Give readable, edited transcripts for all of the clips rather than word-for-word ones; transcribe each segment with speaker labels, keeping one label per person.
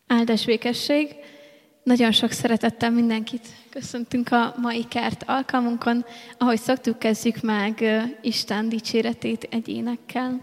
Speaker 1: Áldás békesség! Nagyon sok szeretettel mindenkit köszöntünk a mai kert alkalmunkon. Ahogy szoktuk, kezdjük meg Isten dicséretét egy énekkel.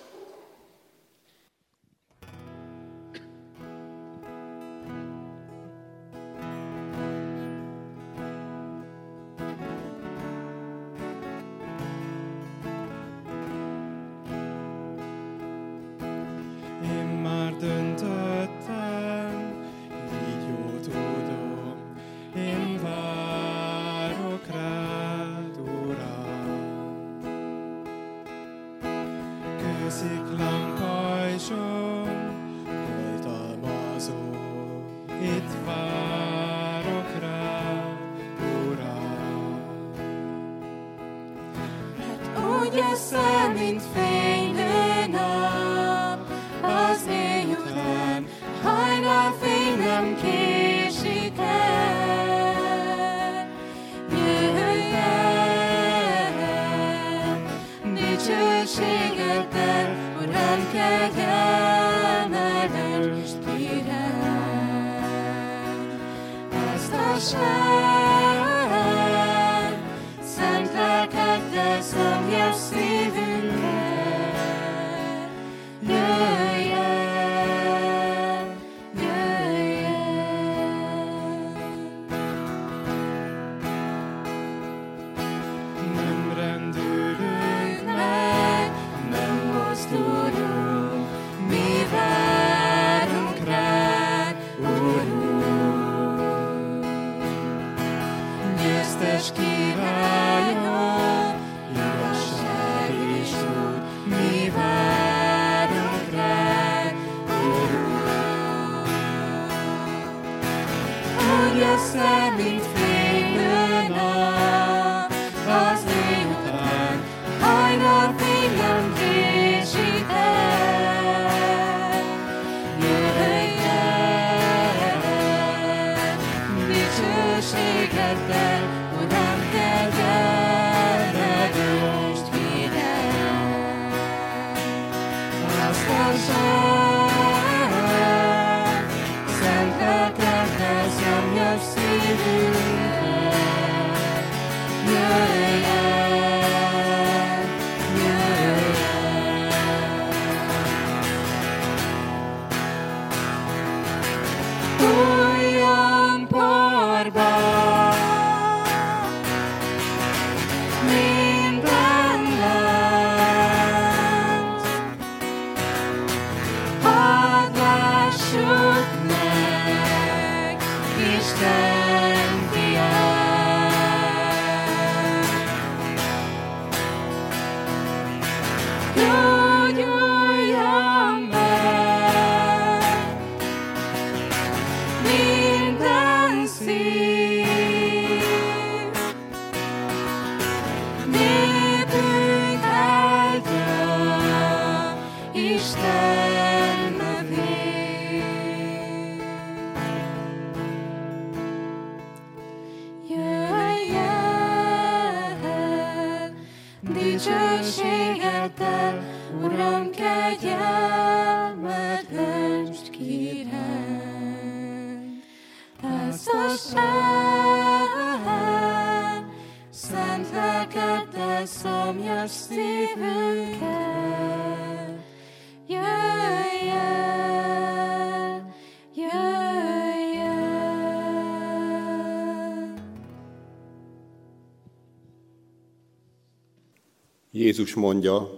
Speaker 2: Jézus mondja,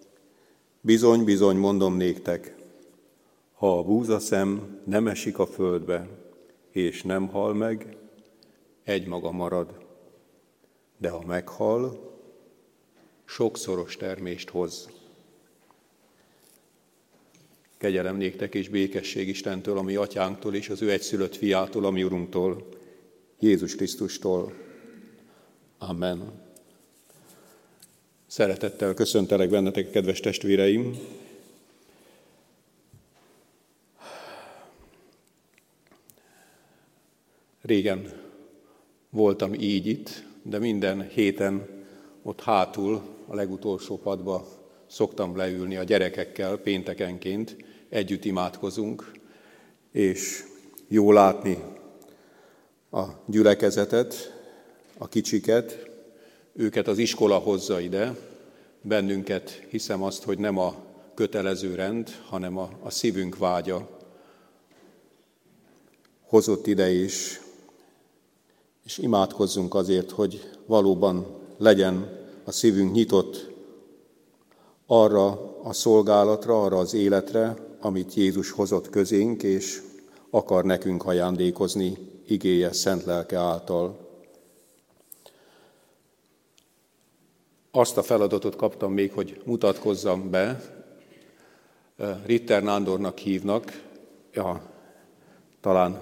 Speaker 2: bizony, bizony, mondom néktek, ha a búzaszem nem esik a földbe, és nem hal meg, egymaga marad. De ha meghal, sokszoros termést hoz. Kegyelem néktek és békesség Istentől, a mi atyánktól és az ő egyszülött fiától, a mi Urunktól, Jézus Krisztustól. Amen. Szeretettel köszöntelek benneteket, kedves testvéreim! Régen voltam így itt, de minden héten ott hátul, a legutolsó padba szoktam leülni a gyerekekkel péntekenként, együtt imádkozunk, és jó látni a gyülekezetet, a kicsiket, őket az iskola hozza ide, bennünket hiszem azt, hogy nem a kötelező rend, hanem a szívünk vágya hozott ide is, és imádkozzunk azért, hogy valóban legyen a szívünk nyitott arra a szolgálatra, arra az életre, amit Jézus hozott közénk, és akar nekünk ajándékozni igéje szent lelke által. Azt a feladatot kaptam még, hogy mutatkozzam be. Ritter Nándornak hívnak, talán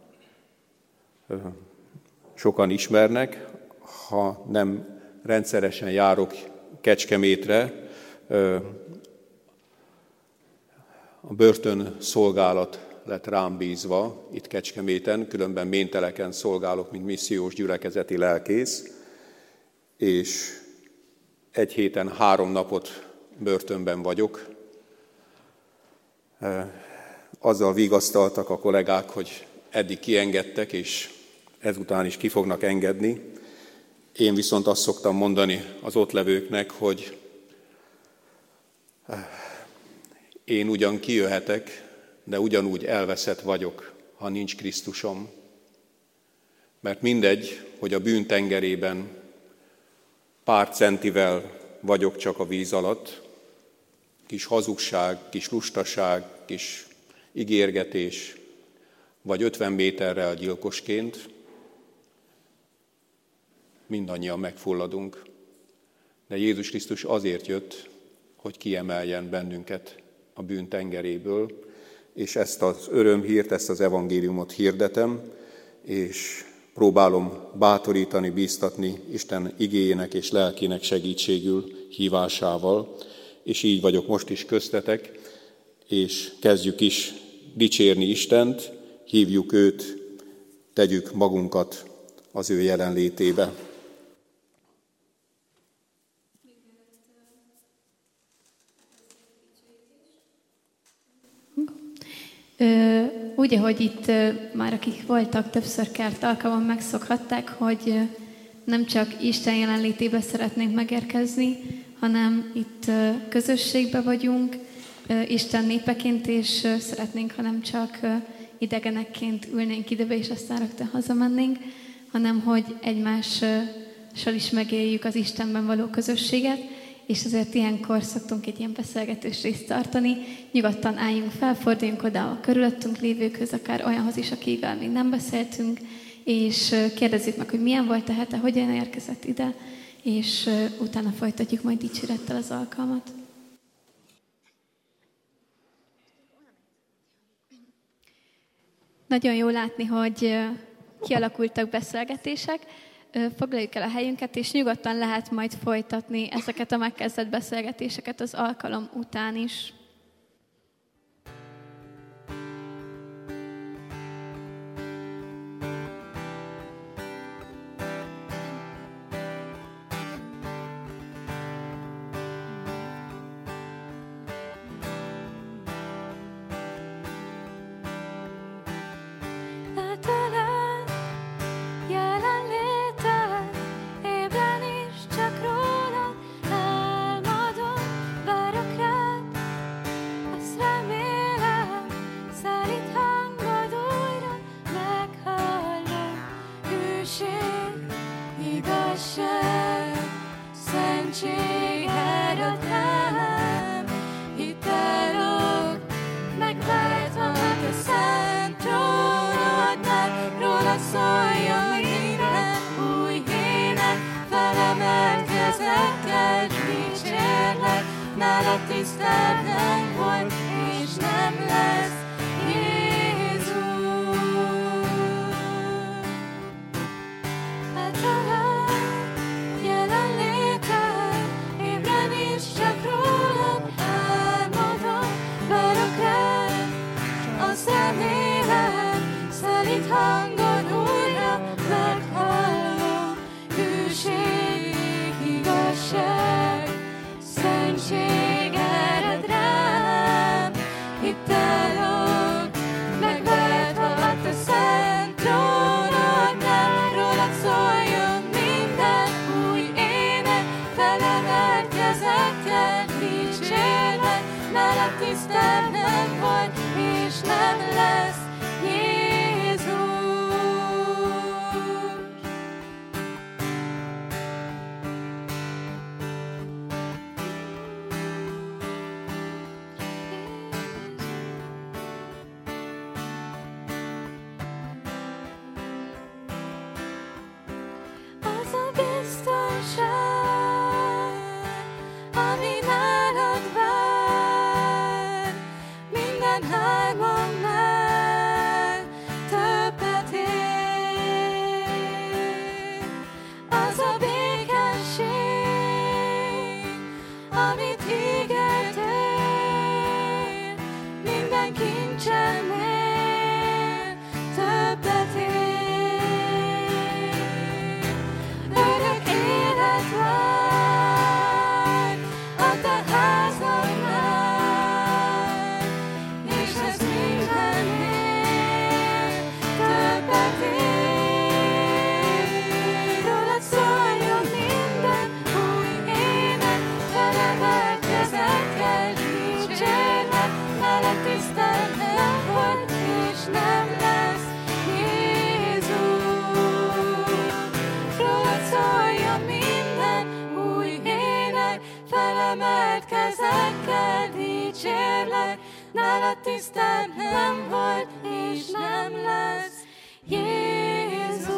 Speaker 2: sokan ismernek, ha nem rendszeresen járok Kecskemétre, a börtön szolgálat lett rám bízva itt Kecskeméten, különben Ménteleken szolgálok, mint missziós gyülekezeti lelkész, és egy héten 3 napot börtönben vagyok. Azzal vigasztaltak a kollégák, hogy eddig kiengedtek, és ezután is ki fognak engedni. Én viszont azt szoktam mondani az ott levőknek, hogy én ugyan kijöhetek, de ugyanúgy elveszett vagyok, ha nincs Krisztusom. Mert mindegy, hogy a bűn tengerében pár centivel vagyok csak a víz alatt, kis hazugság, kis lustaság, kis ígérgetés, vagy 50 méterrel gyilkosként, mindannyian megfulladunk. De Jézus Krisztus azért jött, hogy kiemeljen bennünket a bűn tengeréből, és ezt az örömhírt, ezt az evangéliumot hirdetem, és próbálom bátorítani, bíztatni Isten igéjének és lelkének segítségül, hívásával, és így vagyok most is köztetek, és kezdjük is dicsérni Istent, hívjuk őt, tegyük magunkat az ő jelenlétébe.
Speaker 1: Úgy, ahogy itt már akik voltak, többször kert alkalmon megszokhatták, hogy nem csak Isten jelenlétébe szeretnénk megérkezni, hanem itt közösségbe vagyunk, Isten népeként, és szeretnénk, ha nem csak idegenekként ülnénk idebe, és aztán rögtön hazamennénk, hanem hogy egymással is megéljük az Istenben való közösséget, és azért ilyenkor szoktunk egy ilyen beszélgetős részt tartani. Nyugodtan álljunk fel, forduljunk oda a körülöttünk lévőkhöz, akár olyanhoz is, akivel még nem beszéltünk, és kérdezzük meg, hogy milyen volt a hete, hogyan érkezett ide, és utána folytatjuk majd dicsérettel az alkalmat. Nagyon jó látni, hogy kialakultak beszélgetések. Foglaljuk el a helyünket, és nyugodtan lehet majd folytatni ezeket a megkezdett beszélgetéseket az alkalom után is.
Speaker 3: Szentség ered rám, itt állok. tisztel nem volt, és nem lesz. Nálad tisztán nem volt, és nem lesz, Jézus.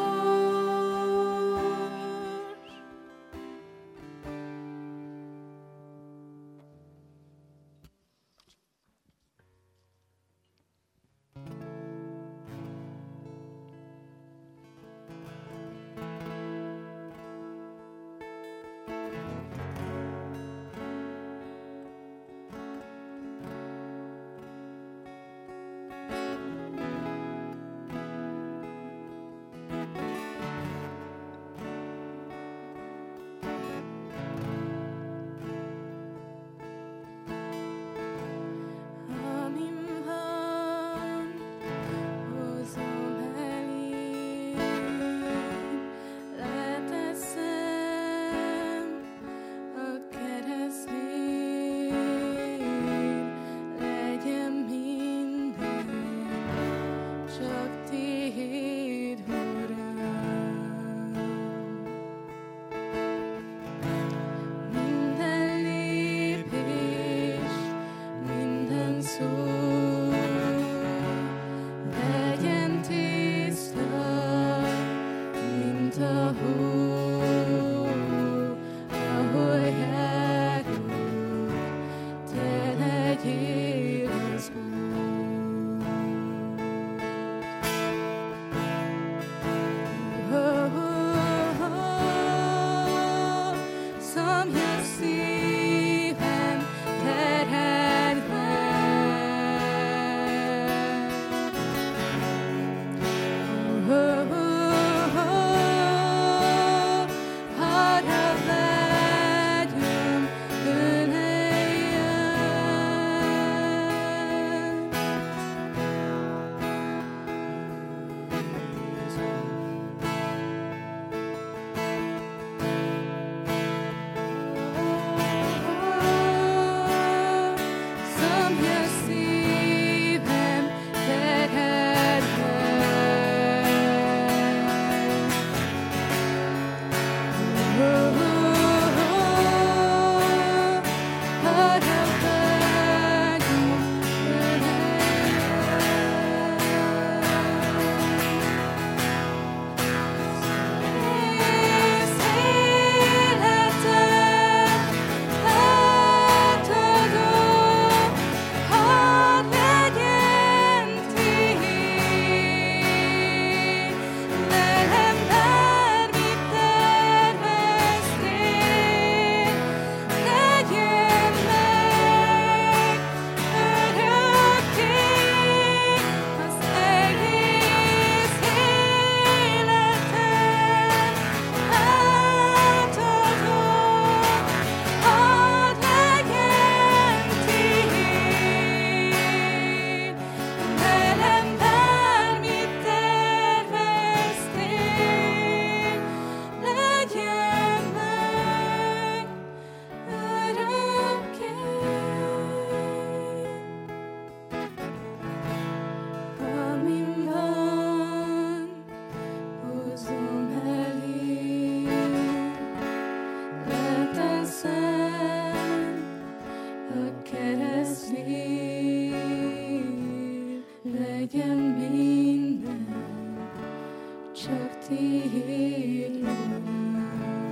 Speaker 3: csak tiéd van.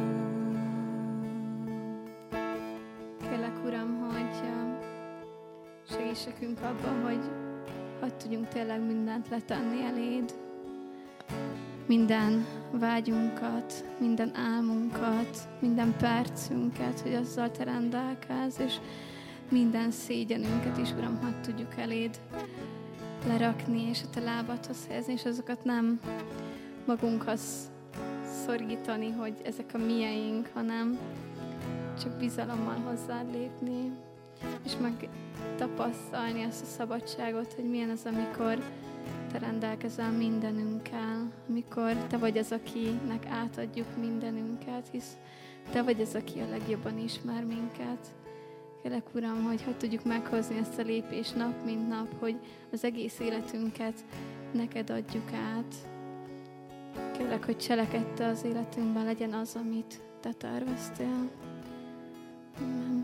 Speaker 1: Kérlek, Uram, hogy segíts nekünk abban, hogy hadd tudjunk tényleg mindent letenni eléd. Minden vágyunkat, minden álmunkat, minden percünket, hogy azzal te rendelkezz, és minden szégyenünket is, Uram, hadd tudjuk eléd lerakni, és a te lábadhoz helyezni, és azokat nem magunkhoz szorítani, hogy ezek a mieink, hanem csak bizalommal hozzád lépni, és megtapasztalni azt a szabadságot, hogy milyen az, amikor te rendelkezel mindenünkkel, amikor te vagy az, akinek átadjuk mindenünket, hisz te vagy az, aki a legjobban ismer minket. Kérlek, Uram, hogy tudjuk meghozni ezt a lépést nap, mint nap, hogy az egész életünket neked adjuk át. Kérlek, hogy cselekedte az életünkben legyen az, amit te terveztél. Amen.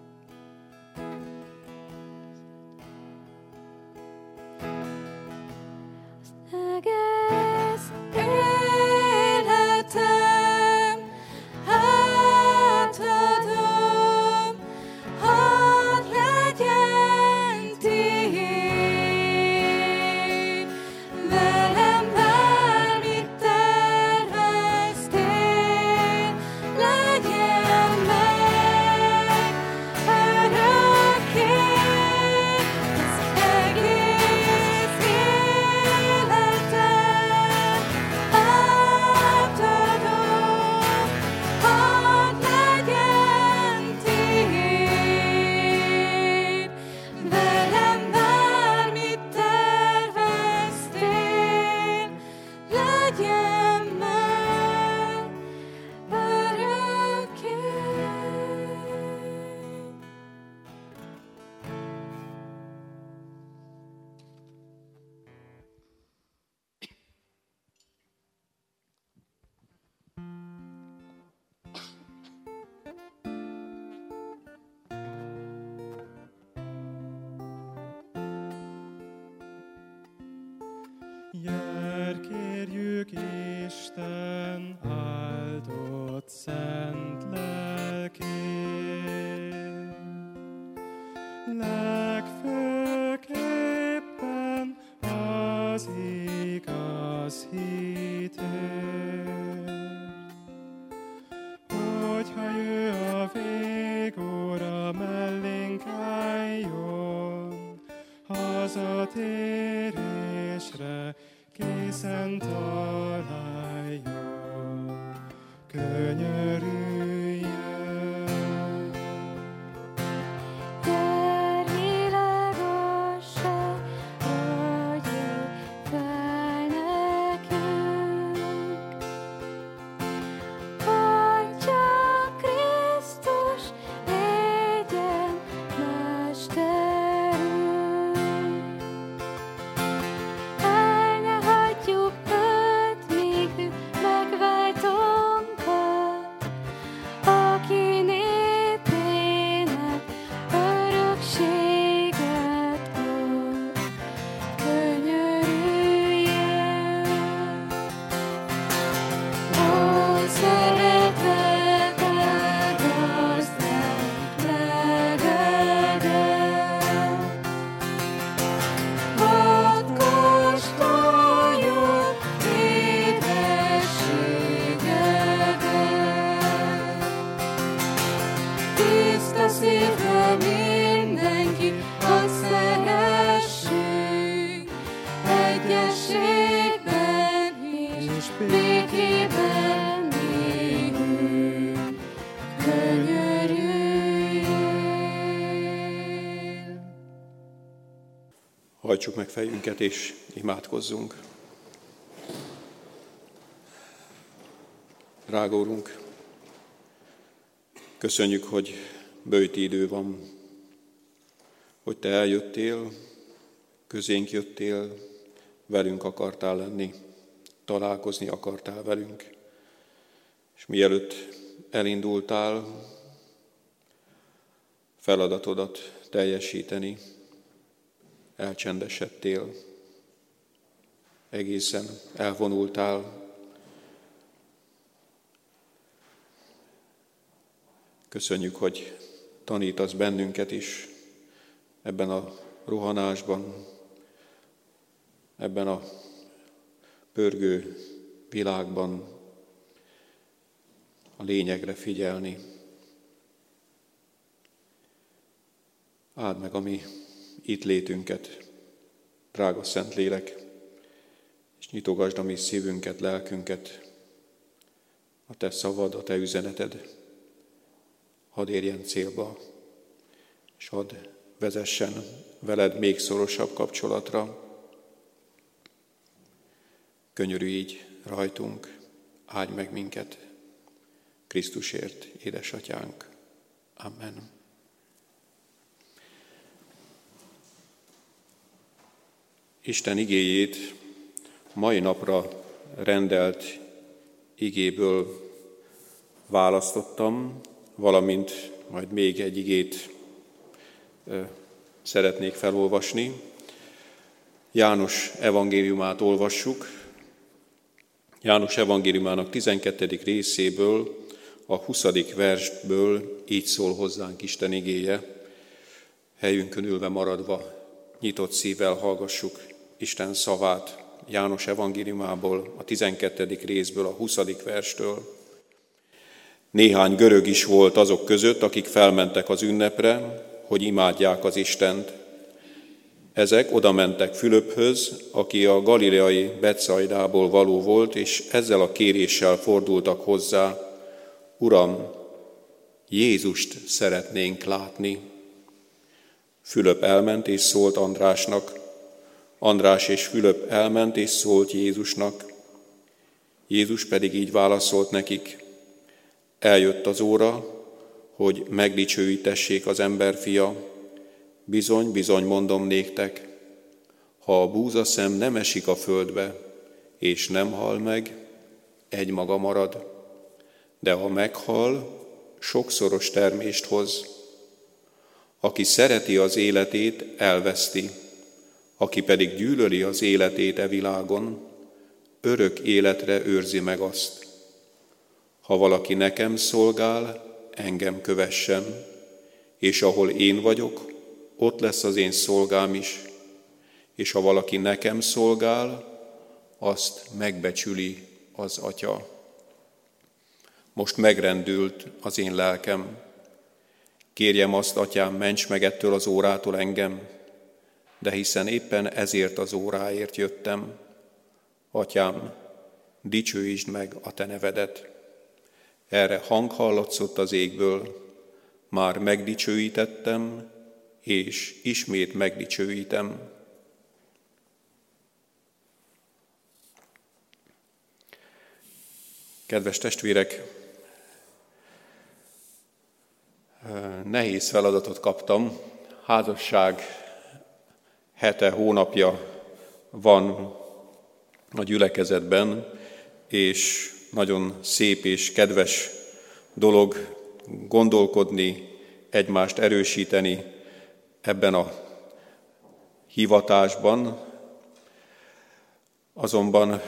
Speaker 3: Egész életem átadom, hadd legyen tiéd. Velem bármit terveztél, legyen meg örökké. Az egész életem átadom, hadd legyen tiéd. Velem bármit terveztél, legyen meg örökké.
Speaker 4: Jár, kérjük Isten áldott szent lelkét, legfőképpen az igaz hitért, hogyha ő a végóra mellénk álljon, hazatérésre készen találjon, könyörüljön.
Speaker 3: Gyere világossá, adj fel nekünk, hogy csak Krisztus legyen mesterünk. El ne hagyjuk őt, míg megváltónkat, aki népének örökséget ad, könyörüljön. Ó, szeretettel gazdálj lelkeden, hadd kóstoljon édességedet. Tiszta szívvel mindenki, hadd szeressünk egyességben és békében élünk, könyörüljél.
Speaker 2: Hajtsuk meg fejünket és imádkozzunk. Drága Urunk, köszönjük, hogy bőti idő van, hogy Te eljöttél, közénk jöttél, velünk akartál lenni, találkozni akartál velünk. És mielőtt elindultál feladatodat teljesíteni, elcsendesedtél, egészen elvonultál Köszönjük, hogy tanítasz bennünket is ebben a rohanásban, ebben a pörgő világban a lényegre figyelni. Áld meg a mi itt létünket, drága Szentlélek, és nyitogasd a mi szívünket, lelkünket, a Te szavad, a Te üzeneted. Hadd érjen célba, és hadd vezessen veled még szorosabb kapcsolatra. Könyörülj így rajtunk, áldj meg minket, Krisztusért, édesatyánk. Amen. Isten igéjét mai napra rendelt igéből választottam, valamint majd még egy igét szeretnék felolvasni. János evangéliumát olvassuk. János evangéliumának 12. részéből, a 20. versből így szól hozzánk Isten igéje. Helyünkön ülve maradva, nyitott szívvel hallgassuk Isten szavát János evangéliumából, a 12. részből, a 20. verstől. Néhány görög is volt azok között, akik felmentek az ünnepre, hogy imádják az Istent. Ezek oda mentek Fülöphöz, aki a galileai Betszaidából való volt, és ezzel a kéréssel fordultak hozzá: Uram, Jézust szeretnénk látni. Fülöp elment és szólt Andrásnak. András és Fülöp elment és szólt Jézusnak. Jézus pedig így válaszolt nekik: Eljött az óra, hogy megdicsőítessék az emberfia. Bizony, bizony mondom néktek, ha a búzaszem nem esik a földbe, és nem hal meg, egymaga marad. De ha meghal, sokszoros termést hoz. Aki szereti az életét, elveszti. Aki pedig gyűlöli az életét e világon, örök életre őrzi meg azt. Ha valaki nekem szolgál, engem kövessen, és ahol én vagyok, ott lesz az én szolgám is, és ha valaki nekem szolgál, azt megbecsüli az Atya. Most megrendült az én lelkem. Kérjem azt, Atyám, ments meg ettől az órától engem, de hiszen éppen ezért az óráért jöttem. Atyám, dicsőítsd meg a Te nevedet. Erre hang hallatszott az égből: már megdicsőítettem, és ismét megdicsőítem. Kedves testvérek, nehéz feladatot kaptam. Házasság hete, hónapja van a gyülekezetben, és nagyon szép és kedves dolog gondolkodni, egymást erősíteni ebben a hivatásban. Azonban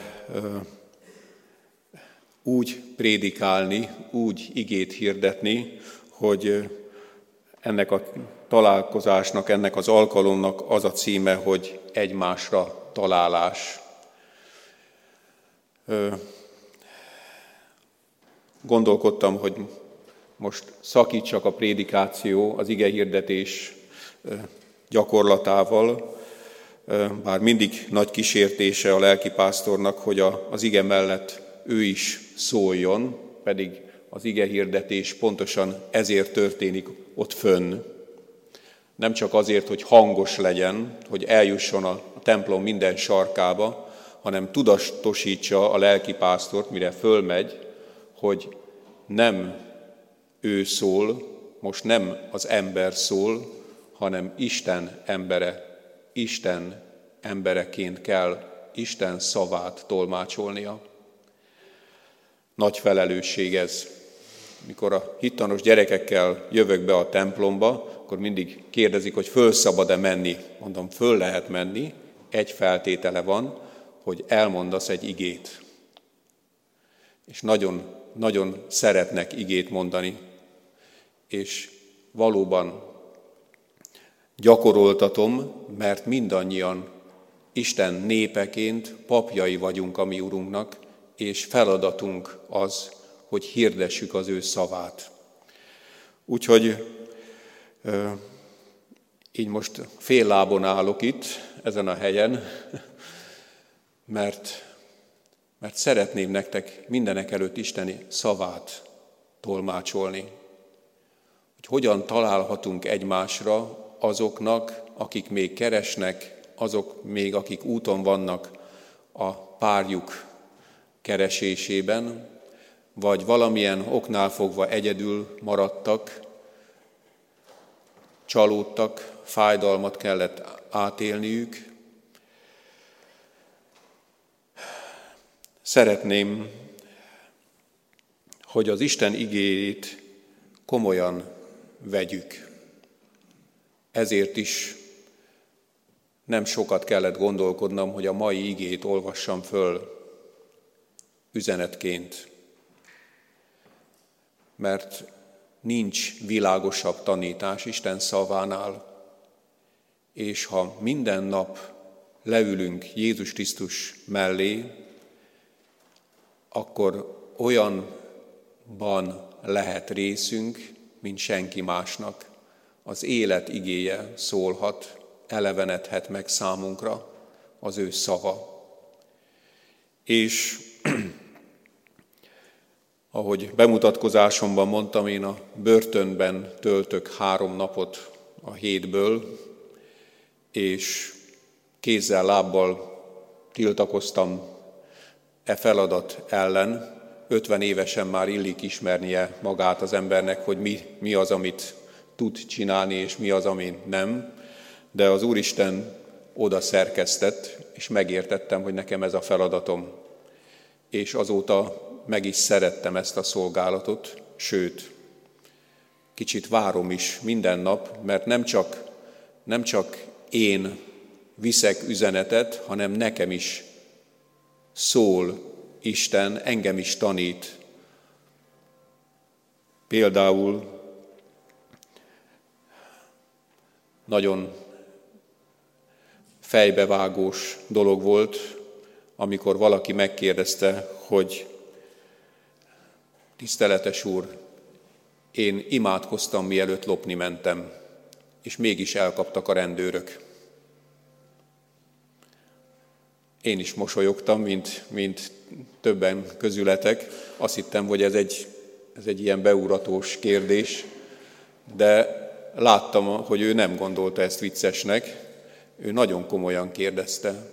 Speaker 2: úgy prédikálni, úgy igét hirdetni, hogy ennek a találkozásnak, ennek az alkalomnak az a címe, hogy egymásra találás. Gondolkodtam, hogy most szakítsak a prédikáció, az igehirdetés gyakorlatával, bár mindig nagy kísértése a lelkipásztornak, hogy az ige mellett ő is szóljon, pedig az igehirdetés pontosan ezért történik ott fönn. Nem csak azért, hogy hangos legyen, hogy eljusson a templom minden sarkába, hanem tudatosítsa a lelkipásztort, mire fölmegy, hogy nem ő szól, most nem az ember szól, hanem Isten embere, Isten embereként kell Isten szavát tolmácsolnia. Nagy felelősség ez. Mikor a hittanos gyerekekkel jövök be a templomba, akkor mindig kérdezik, hogy föl szabad-e menni. Mondom, föl lehet menni, egy feltétele van, hogy elmondasz egy igét. És nagyon, nagyon szeretnek igét mondani. és valóban gyakoroltatom, mert mindannyian Isten népeként papjai vagyunk a mi Urunknak, és feladatunk az, hogy hirdessük az ő szavát. Úgyhogy így most fél lábon állok itt, ezen a helyen, mert szeretném nektek mindenek előtt Isteni szavát tolmácsolni. Hogy hogyan találhatunk egymásra azoknak, akik még keresnek, azok még, akik úton vannak a párjuk keresésében, vagy valamilyen oknál fogva egyedül maradtak, csalódtak, fájdalmat kellett átélniük. Szeretném, hogy az Isten igéjét komolyan vegyük. Ezért is nem sokat kellett gondolkodnom, hogy a mai igét olvassam föl üzenetként. Mert nincs világosabb tanítás Isten szavánál, és ha minden nap leülünk Jézus Krisztus mellé, akkor olyanban lehet részünk, mint senki másnak. Az élet igéje szólhat, elevenedhet meg számunkra az ő szava. És ahogy bemutatkozásomban mondtam, én a börtönben töltök 3 napot a hétből, és kézzel, lábbal tiltakoztam e feladat ellen. 50 évesen már illik ismernie magát az embernek, hogy mi az, amit tud csinálni, és mi az, ami nem. De az Úristen oda szerkesztett, és megértettem, hogy nekem ez a feladatom. És azóta meg is szerettem ezt a szolgálatot, sőt, kicsit várom is minden nap, mert nem csak én viszek üzenetet, hanem nekem is szól Isten, engem is tanít. Például nagyon fejbevágós dolog volt, amikor valaki megkérdezte, hogy tiszteletes úr, én imádkoztam, mielőtt lopni mentem, és mégis elkaptak a rendőrök. Én is mosolyogtam, mint többen közületek. Azt hittem, hogy ez egy ilyen beugratós kérdés, de láttam, hogy ő nem gondolta ezt viccesnek, ő nagyon komolyan kérdezte.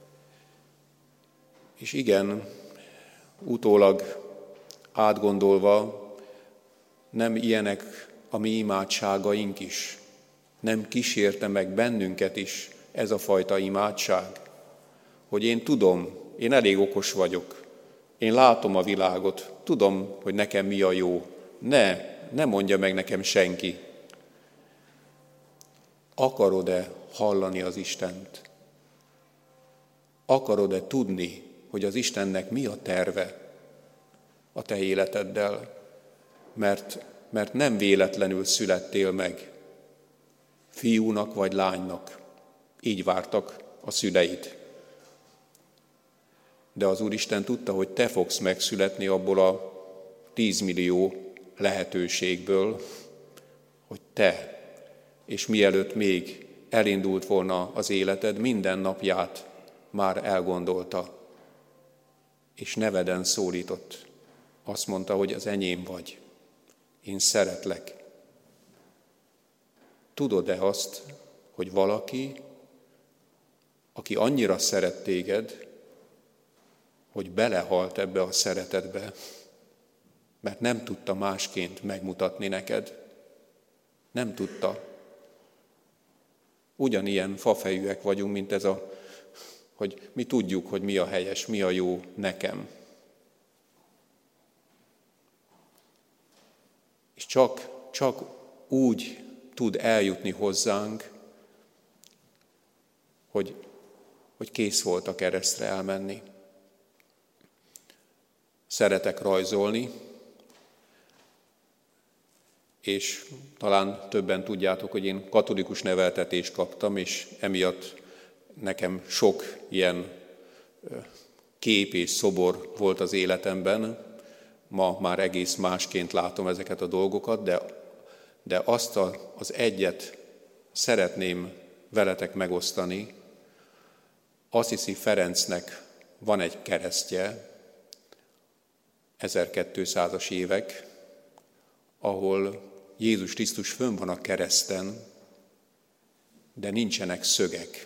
Speaker 2: És igen, utólag átgondolva, nem ilyenek a mi imádságaink is, nem kísérte meg bennünket is ez a fajta imádság, hogy én tudom, én elég okos vagyok, én látom a világot, tudom, hogy nekem mi a jó, ne mondja meg nekem senki. Akarod-e hallani az Istent? Akarod-e tudni, hogy az Istennek mi a terve a te életeddel? Mert nem véletlenül születtél meg, fiúnak vagy lánynak. Így vártak a szüleid. De az Úristen tudta, hogy te fogsz megszületni abból a 10 millió lehetőségből, hogy te, és mielőtt még elindult volna az életed, minden napját már elgondolta, és neveden szólított. Azt mondta, hogy az enyém vagy, én szeretlek. Tudod-e azt, hogy valaki, aki annyira szeret téged, hogy belehalt ebbe a szeretetbe, mert nem tudta másként megmutatni neked. Nem tudta. Ugyanilyen fafejűek vagyunk, mint ez hogy mi tudjuk, hogy mi a helyes, mi a jó nekem. És csak úgy tud eljutni hozzánk, hogy kész volt a keresztre elmenni. Szeretek rajzolni, és talán többen tudjátok, hogy én katolikus neveltetést kaptam, és emiatt nekem sok ilyen kép és szobor volt az életemben. Ma már egész másként látom ezeket a dolgokat, de azt az egyet szeretném veletek megosztani. Assisi Ferencnek van egy keresztje, 1200-as évek, ahol Jézus Krisztus fönn van a kereszten, de nincsenek szögek.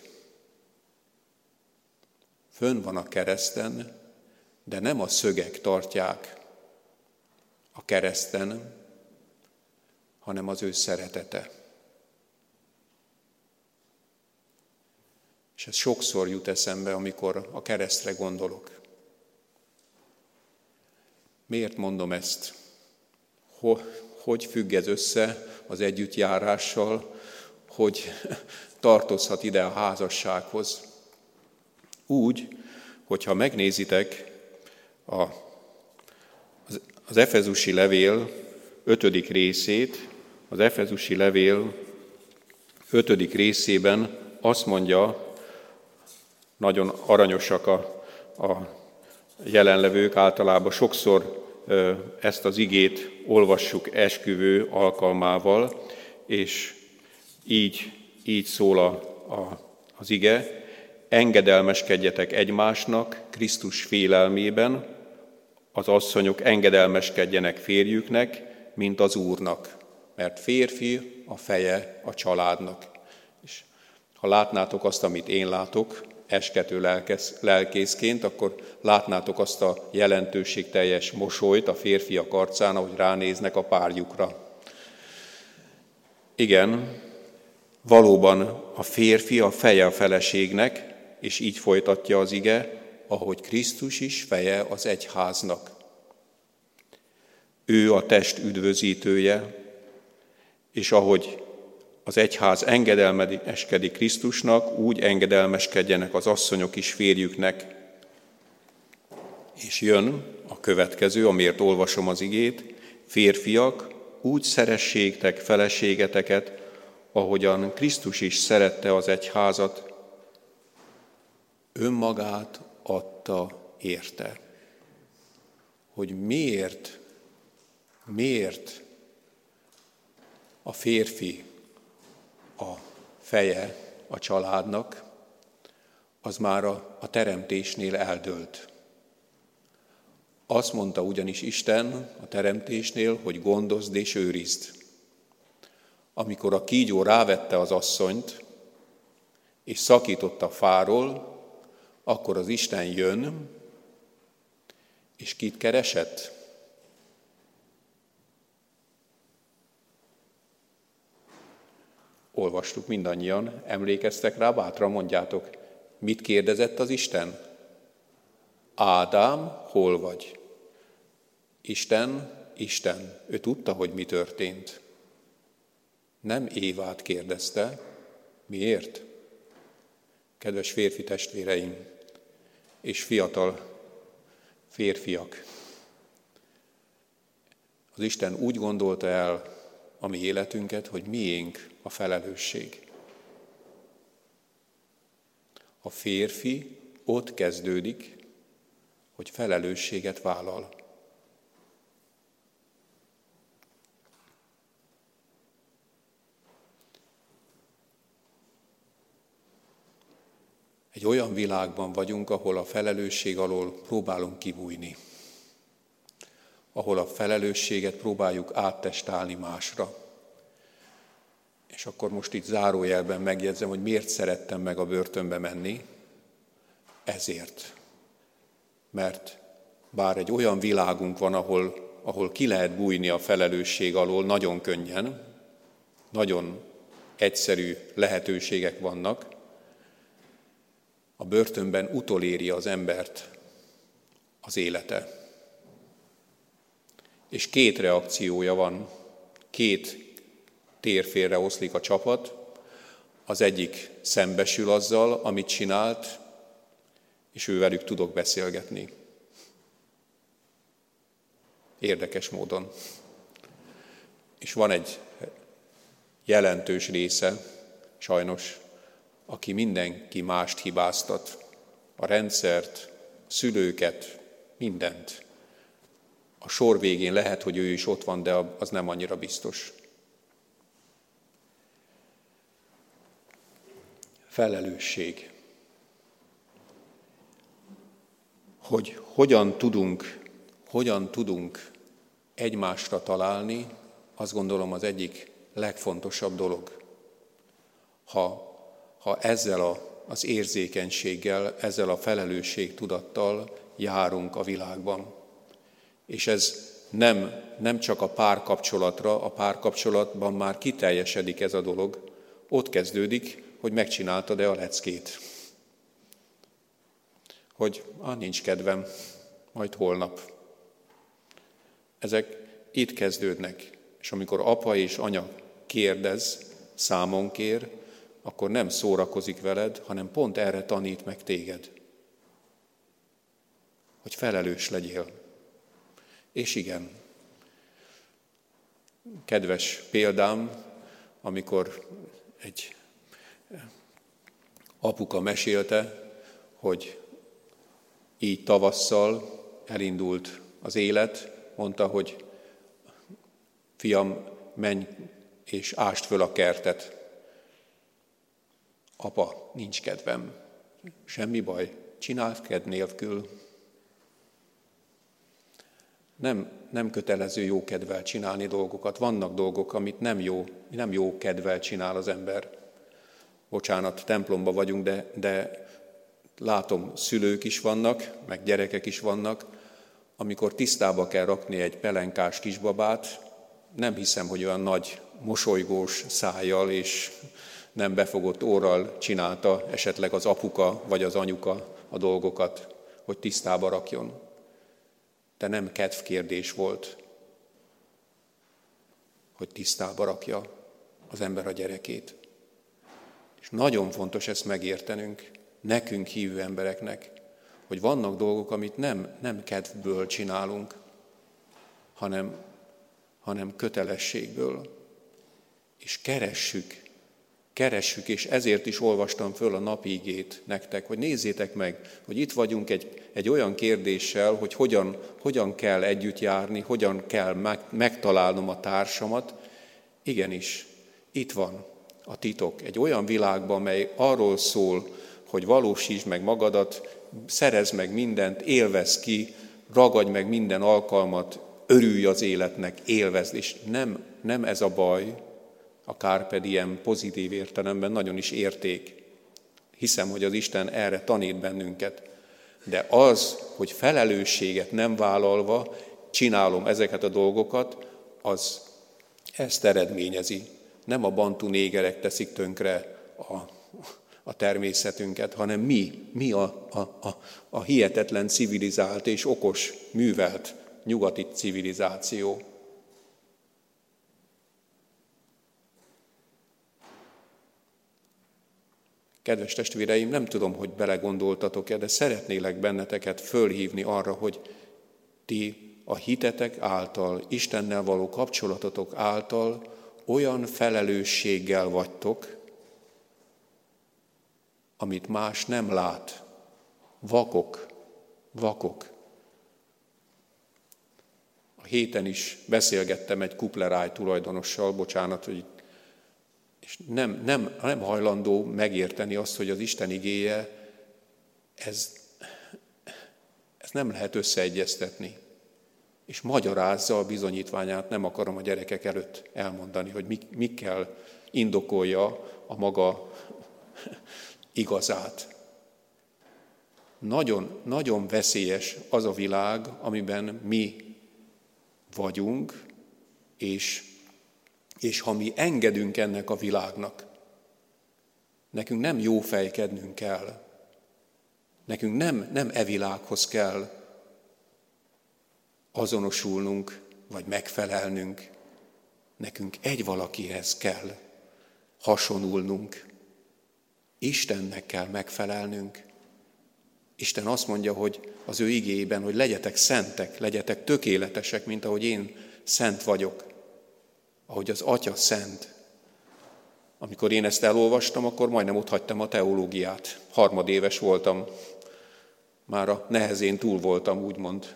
Speaker 2: Fönn van a kereszten, de nem a szögek tartják a kereszten, hanem az ő szeretete. És ez sokszor jut eszembe, amikor a keresztre gondolok. Miért mondom ezt? Hogy függ ez össze az együttjárással, hogy tartozhat ide a házassághoz? Úgy, hogyha megnézitek az Efezusi levél 5. részét, az Efezusi levél 5. részében azt mondja, nagyon aranyosak a jelenlevők, általában sokszor ezt az igét olvassuk esküvő alkalmával, és így szól az ige: engedelmeskedjetek egymásnak Krisztus félelmében, az asszonyok engedelmeskedjenek férjüknek, mint az Úrnak, mert férfi a feje a családnak. És ha látnátok azt, amit én látok, eskető lelkészként, akkor látnátok azt a jelentőségteljes mosolyt a férfiak arcán, ahogy ránéznek a párjukra. Igen, valóban a férfi a feje a feleségnek, és így folytatja az ige, ahogy Krisztus is feje az egyháznak. Ő a test üdvözítője, és ahogy az egyház engedelmeskedik Krisztusnak, úgy engedelmeskedjenek az asszonyok is férjüknek. És jön a következő, amiért olvasom az igét: férfiak, úgy szeressétek feleségeteket, ahogyan Krisztus is szerette az egyházat, önmagát adta érte. Hogy miért a férfi a feje a családnak, az már a teremtésnél eldőlt. Azt mondta ugyanis Isten a teremtésnél, hogy gondozd és őrizd. Amikor a kígyó rávette az asszonyt, és szakított a fáról, akkor az Isten jön, és kit keresett? Olvastuk mindannyian, emlékeztek rá, bátran mondjátok, mit kérdezett az Isten? Ádám, hol vagy? Isten, ő tudta, hogy mi történt. Nem Évát kérdezte. Miért? Kedves férfi testvéreim és fiatal férfiak, az Isten úgy gondolta el a mi életünket, hogy miénk a felelősség. A férfi ott kezdődik, hogy felelősséget vállal. Egy olyan világban vagyunk, ahol a felelősség alól próbálunk kibújni. Ahol a felelősséget próbáljuk áttestálni másra. És akkor most itt zárójelben megjegyzem, hogy miért szerettem meg a börtönbe menni. Ezért. Mert bár egy olyan világunk van, ahol ki lehet bújni a felelősség alól nagyon könnyen, nagyon egyszerű lehetőségek vannak, a börtönben utoléri az embert az élete. És két reakciója van, két térfélre oszlik a csapat. Az egyik szembesül azzal, amit csinált, és ővelük tudok beszélgetni. Érdekes módon. És van egy jelentős része, sajnos, aki mindenki mást hibáztat, a rendszert, a szülőket, mindent. A sor végén lehet, hogy ő is ott van, de az nem annyira biztos. Felelősség. Hogy hogyan tudunk egymásra találni, azt gondolom az egyik legfontosabb dolog. Ha ezzel az érzékenységgel, ezzel a felelősségtudattal járunk a világban. És ez nem csak a párkapcsolatra, a párkapcsolatban már kiteljesedik ez a dolog, ott kezdődik, hogy megcsináltad-e a leckét. Hogy nincs kedvem, majd holnap. Ezek itt kezdődnek, és amikor apa és anya kérdez, számon kér, akkor nem szórakozik veled, hanem pont erre tanít meg téged. Hogy felelős legyél. És igen, kedves példám, amikor egy apuka mesélte, hogy így tavasszal elindult az élet, mondta, hogy fiam, menj és ásd föl a kertet. Apa, nincs kedvem. Semmi baj, csináld kedv nélkül. Nem kötelező jó kedvel csinálni dolgokat. Vannak dolgok, amit nem jó kedvel csinál az ember. Bocsánat, templomba vagyunk, de látom, szülők is vannak, meg gyerekek is vannak, amikor tisztába kell rakni egy pelenkás kisbabát, nem hiszem, hogy olyan nagy mosolygós szájjal és nem befogott orral csinálta esetleg az apuka vagy az anyuka a dolgokat, hogy tisztába rakjon. De nem kedvkérdés volt, hogy tisztába rakja az ember a gyerekét. És nagyon fontos ezt megértenünk, nekünk hívő embereknek, hogy vannak dolgok, amit nem kedvből csinálunk, hanem kötelességből. És keressük, és ezért is olvastam föl a napi igét nektek, hogy nézzétek meg, hogy itt vagyunk egy olyan kérdéssel, hogy hogyan kell együtt járni, hogyan kell megtalálnom a társamat. Igenis, itt van a titok. Egy olyan világban, mely arról szól, hogy valósítsd meg magadat, szerezd meg mindent, élvezd ki, ragadj meg minden alkalmat, örülj az életnek, élvezd, és nem ez a baj, a carpe diem pozitív értelemben nagyon is érték. Hiszem, hogy az Isten erre tanít bennünket. De az, hogy felelősséget nem vállalva csinálom ezeket a dolgokat, az ezt eredményezi. Nem a bantu négerek teszik tönkre a természetünket, hanem mi a hihetetlen civilizált és okos, művelt nyugati civilizáció. Kedves testvéreim, nem tudom, hogy belegondoltatok-e, de szeretnélek benneteket fölhívni arra, hogy ti a hitetek által, Istennel való kapcsolatotok által olyan felelősséggel vagytok, amit más nem lát. Vakok. A héten is beszélgettem egy kupleráj tulajdonossal, bocsánat, hogy és nem hajlandó megérteni azt, hogy az Isten igéje, ez nem lehet összeegyeztetni. És magyarázza a bizonyítványát, nem akarom a gyerekek előtt elmondani, hogy mikkel indokolja a maga igazát. Nagyon, nagyon veszélyes az a világ, amiben mi vagyunk, és ha mi engedünk ennek a világnak, nekünk nem jó fejkednünk kell, nekünk nem e világhoz kell azonosulnunk, vagy megfelelnünk, nekünk egy valakihez kell hasonulnunk, Istennek kell megfelelnünk. Isten azt mondja, hogy az ő igéjében, hogy legyetek szentek, legyetek tökéletesek, mint ahogy én szent vagyok. ahogy az Atya szent. Amikor én ezt elolvastam, akkor majdnem ott hagytam a teológiát. Harmadéves voltam, már a nehezén túl voltam, úgymond.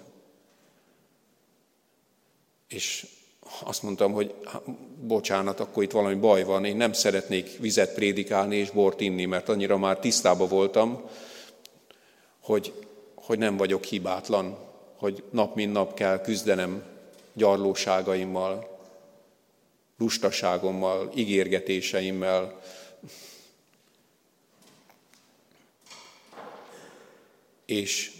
Speaker 2: És azt mondtam, hogy bocsánat, akkor itt valami baj van, én nem szeretnék vizet prédikálni és bort inni, mert annyira már tisztában voltam, hogy nem vagyok hibátlan, hogy nap mint nap kell küzdenem gyarlóságaimmal, lustaságommal, ígérgetéseimmel. És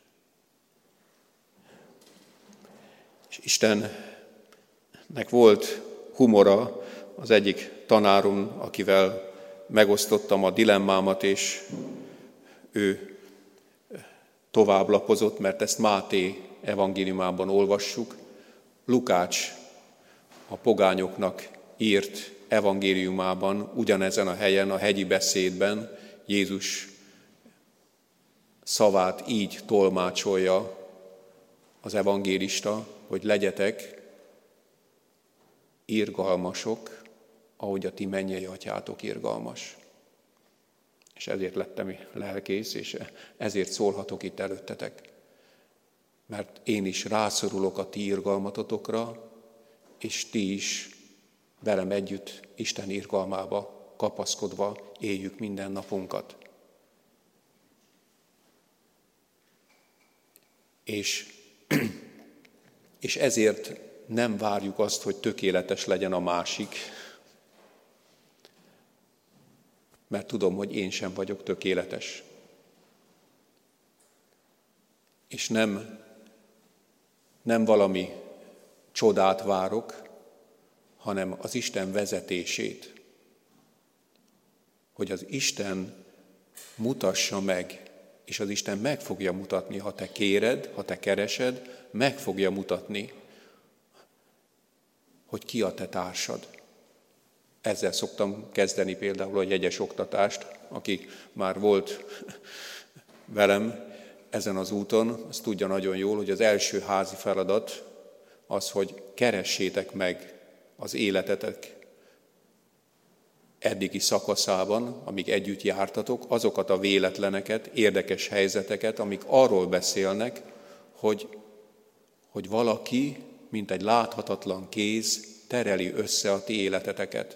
Speaker 2: Istennek volt humora, az egyik tanárom, akivel megosztottam a dilemmámat, és ő továbblapozott, mert ezt Máté evangéliumában olvassuk. Lukács a pogányoknak írt evangéliumában, ugyanezen a helyen, a hegyi beszédben Jézus szavát így tolmácsolja az evangélista, hogy legyetek irgalmasok, ahogy a ti mennyei atyátok irgalmas. És ezért lettem lelkész, és ezért szólhatok itt előttetek. Mert én is rászorulok a ti irgalmatotokra, és ti is velem együtt Isten irgalmába kapaszkodva éljük minden napunkat. És ezért nem várjuk azt, hogy tökéletes legyen a másik, mert tudom, hogy én sem vagyok tökéletes. És nem valami csodát várok, hanem az Isten vezetését. Hogy az Isten mutassa meg, és az Isten meg fogja mutatni, ha te kéred, ha te keresed, meg fogja mutatni, hogy ki a te társad. Ezzel szoktam kezdeni például a jegyes oktatást, aki már volt velem ezen az úton, az tudja nagyon jól, hogy az első házi feladat az, hogy keressétek meg az életetek eddigi szakaszában, amíg együtt jártatok, azokat a véletleneket, érdekes helyzeteket, amik arról beszélnek, hogy valaki, mint egy láthatatlan kéz, tereli össze a ti életeteket.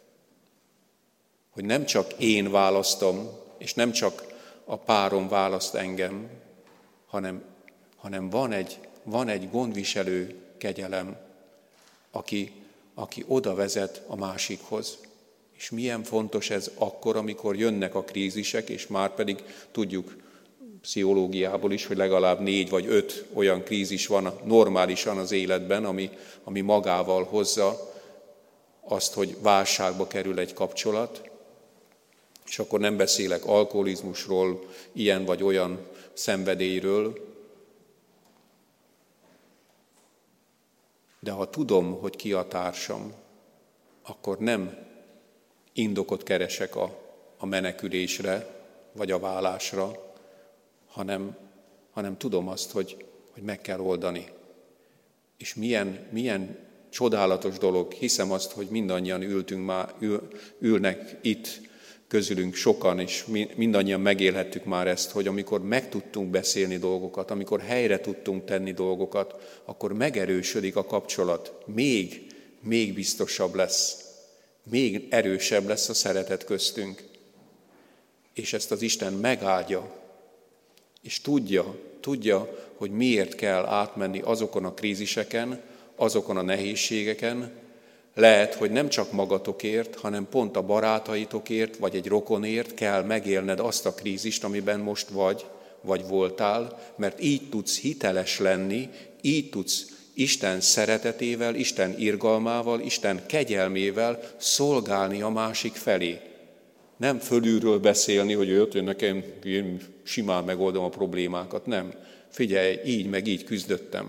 Speaker 2: Hogy nem csak én választom, és nem csak a párom választ engem, hanem van egy gondviselő kegyelem, aki oda vezet a másikhoz. És milyen fontos ez akkor, amikor jönnek a krízisek, és már pedig tudjuk pszichológiából is, hogy legalább 4 vagy 5 olyan krízis van normálisan az életben, ami magával hozza azt, hogy válságba kerül egy kapcsolat. És akkor nem beszélek alkoholizmusról, ilyen vagy olyan szenvedélyről, de ha tudom, hogy ki a társam, akkor nem indokot keresek a menekülésre, vagy a válásra, hanem tudom azt, hogy meg kell oldani. És milyen csodálatos dolog, hiszem azt, hogy mindannyian ülnek itt közülünk sokan, és mindannyian megélhettük már ezt, hogy amikor meg tudtunk beszélni dolgokat, amikor helyre tudtunk tenni dolgokat, akkor megerősödik a kapcsolat, még biztosabb lesz, még erősebb lesz a szeretet köztünk. És ezt az Isten megáldja, és tudja, hogy miért kell átmenni azokon a kríziseken, azokon a nehézségeken. Lehet, hogy nem csak magatokért, hanem pont a barátaitokért, vagy egy rokonért kell megélned azt a krízist, amiben most vagy voltál, mert így tudsz hiteles lenni, így tudsz Isten szeretetével, Isten irgalmával, Isten kegyelmével szolgálni a másik felé. Nem fölülről beszélni, hogy én simán megoldom a problémákat, nem. Figyelj, így meg így küzdöttem.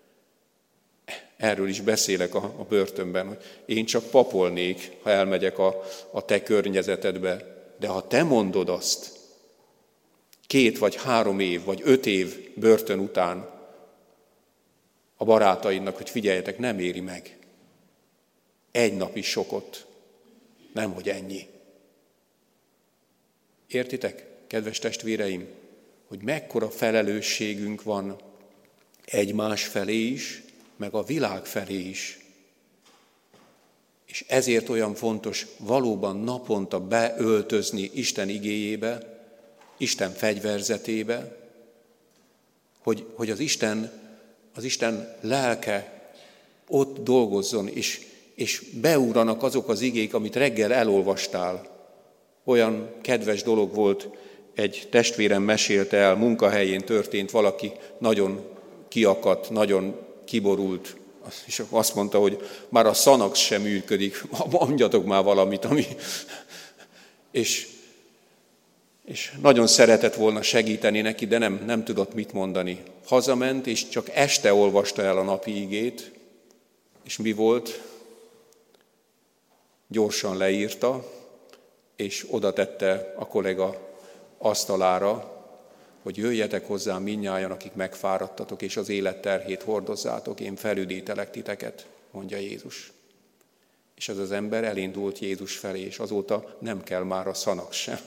Speaker 2: Erről is beszélek a börtönben, hogy én csak papolnék, ha elmegyek a te környezetedbe. De ha te mondod azt, 2 vagy 3 év, vagy 5 év börtön után a barátaidnak, hogy figyeljetek, nem éri meg. Egy nap is sokot, nemhogy ennyi. Értitek, kedves testvéreim, hogy mekkora felelősségünk van egymás felé is, meg a világ felé is. És ezért olyan fontos valóban naponta beöltözni Isten igéjébe, Isten fegyverzetébe, hogy az Isten lelke ott dolgozzon, és beúranak azok az igék, amit reggel elolvastál. Olyan kedves dolog volt, egy testvérem mesélte el, munkahelyén történt, valaki nagyon kiakadt, nagyon kiborult, és azt mondta, hogy már a Xanax sem működik, mondjatok már valamit, ami... És nagyon szeretett volna segíteni neki, de nem tudott mit mondani. Hazament, és csak este olvasta el a napi igét, és mi volt? Gyorsan leírta, és oda tette a kollega asztalára, hogy jöjjetek hozzám mindnyájan, akik megfáradtatok, és az élet terhét hordozzátok, én felüdítelek titeket, mondja Jézus. És ez az ember elindult Jézus felé, és azóta nem kell már a Xanax sem.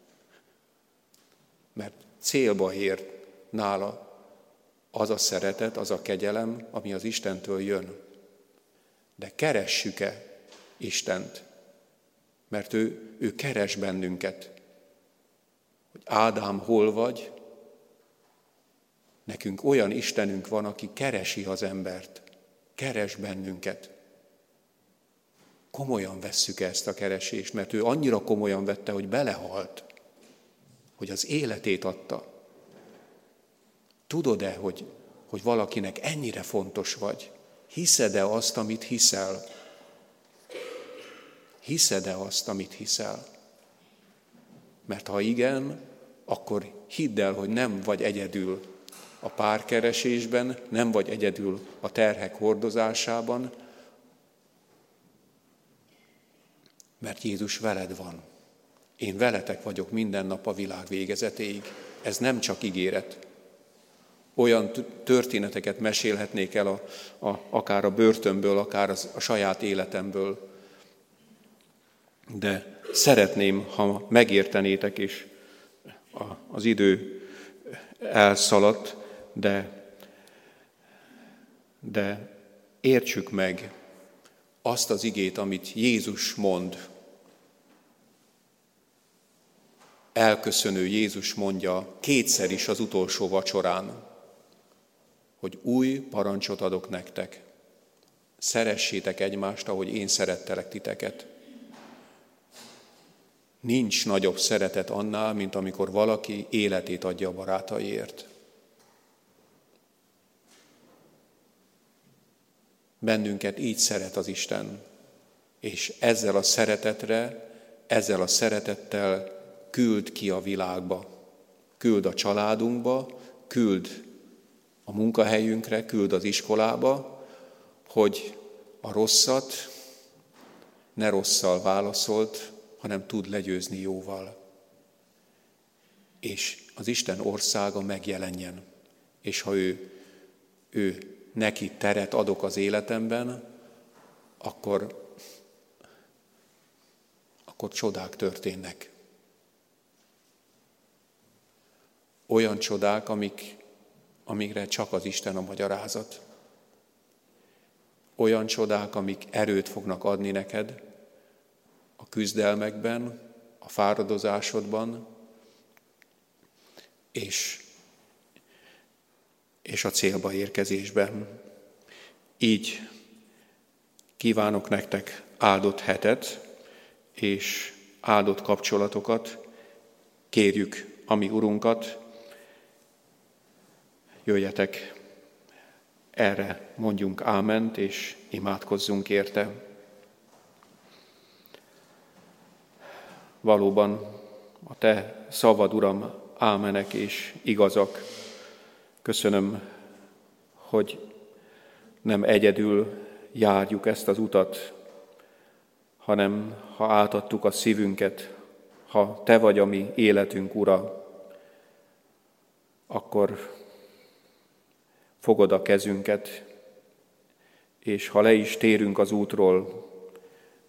Speaker 2: Mert célba ér nála az a szeretet, az a kegyelem, ami az Istentől jön. De keressük-e Istent? Mert ő keres bennünket. Hogy Ádám, hol vagy? Nekünk olyan Istenünk van, aki keresi az embert. Keres bennünket. Komolyan vesszük ezt a keresést, mert ő annyira komolyan vette, hogy belehalt, hogy az életét adta. Tudod-e, hogy valakinek ennyire fontos vagy? Hiszed-e azt, amit hiszel? Hiszed-e azt, amit hiszel? Mert ha igen, akkor hidd el, hogy nem vagy egyedül a párkeresésben, nem vagy egyedül a terhek hordozásában, mert Jézus veled van. Én veletek vagyok minden nap a világ végezetéig. Ez nem csak ígéret. Olyan történeteket mesélhetnék el akár a börtönből, akár a saját életemből. De szeretném, ha megértenétek, és az idő elszaladt, de értsük meg azt az igét, amit Jézus mond. Elköszönő Jézus mondja kétszer is az utolsó vacsorán, hogy új parancsot adok nektek. Szeressétek egymást, ahogy én szerettelek titeket. Nincs nagyobb szeretet annál, mint amikor valaki életét adja a barátaiért. Bennünket így szeret az Isten, és ezzel a szeretettel küld ki a világba, küld a családunkba, küld a munkahelyünkre, küld az iskolába, hogy a rosszat ne rosszal válaszolt, hanem tud legyőzni jóval. És az Isten országa megjelenjen. És ha ő neki teret adok az életemben, akkor csodák történnek. Olyan csodák, amikre csak az Isten a magyarázat. Olyan csodák, amik erőt fognak adni neked a küzdelmekben, a fáradozásodban, és a célba érkezésben. Így kívánok nektek áldott hetet, és áldott kapcsolatokat. Kérjük a mi Urunkat, jöjjetek erre, mondjunk áment, és imádkozzunk érte. Valóban a te szavad, Uram, ámenek és igazak. Köszönöm, hogy nem egyedül járjuk ezt az utat, hanem ha átadtuk a szívünket, ha te vagy a mi életünk Ura, akkor fogod a kezünket, és ha le is térünk az útról,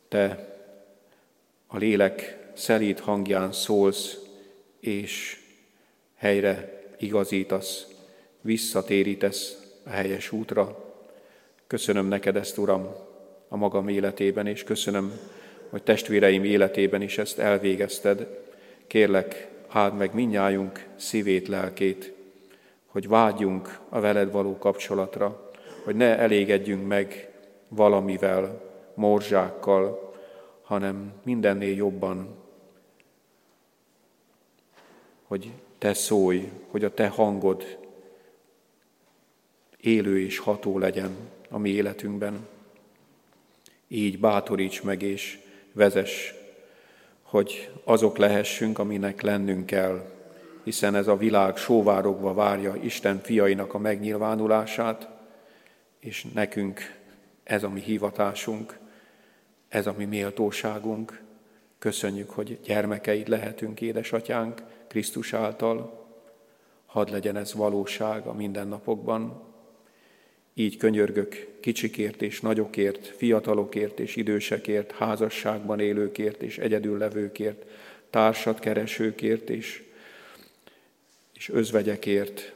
Speaker 2: Te a lélek szelíd hangján szólsz, és helyre igazítasz, visszatérítesz a helyes útra. Köszönöm neked ezt, Uram, a magam életében, és köszönöm, hogy testvéreim életében is ezt elvégezted. Kérlek, áld meg mindnyájunk szívét, lelkét, hogy vágyjunk a veled való kapcsolatra, hogy ne elégedjünk meg valamivel, morzsákkal, hanem mindennél jobban, hogy te szólj, hogy a te hangod élő és ható legyen a mi életünkben. Így bátoríts meg és vezess, hogy azok lehessünk, aminek lennünk kell, hiszen ez a világ sóvárogva várja Isten fiainak a megnyilvánulását, és nekünk ez a mi hivatásunk, ez a mi méltóságunk. Köszönjük, hogy gyermekeid lehetünk, édesatyánk, Krisztus által. Hadd legyen ez valóság a mindennapokban. Így könyörgök kicsikért és nagyokért, fiatalokért és idősekért, házasságban élőkért és egyedüllevőkért, társat keresőkért és özvegyekért.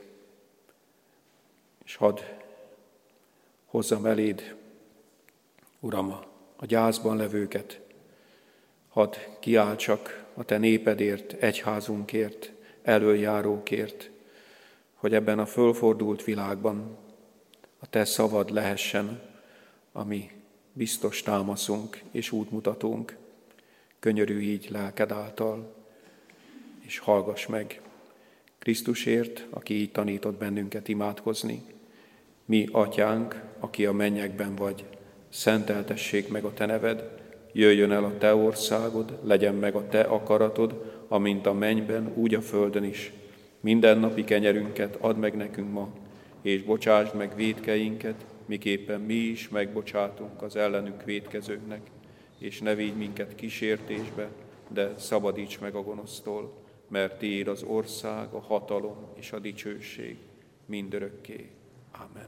Speaker 2: És hadd hozzam eléd, Uram, a gyászban levőket, hadd kiáltsak a te népedért, egyházunkért, elöljárókért, hogy ebben a fölfordult világban a te szavad lehessen, ami biztos támaszunk és útmutatónk. Könyörülj így lelked által, és hallgass meg Krisztusért, aki így tanított bennünket imádkozni. Mi, Atyánk, aki a mennyekben vagy, szenteltessék meg a te neved, jöjjön el a te országod, legyen meg a te akaratod, amint a mennyben, úgy a földön is. Mindennapi kenyerünket add meg nekünk ma, és bocsásd meg vétkeinket, miképpen mi is megbocsátunk az ellenünk vétkezőknek, és ne vigy minket kísértésbe, de szabadíts meg a gonosztól, mert tiéd az ország, a hatalom és a dicsőség mindörökké. Amen.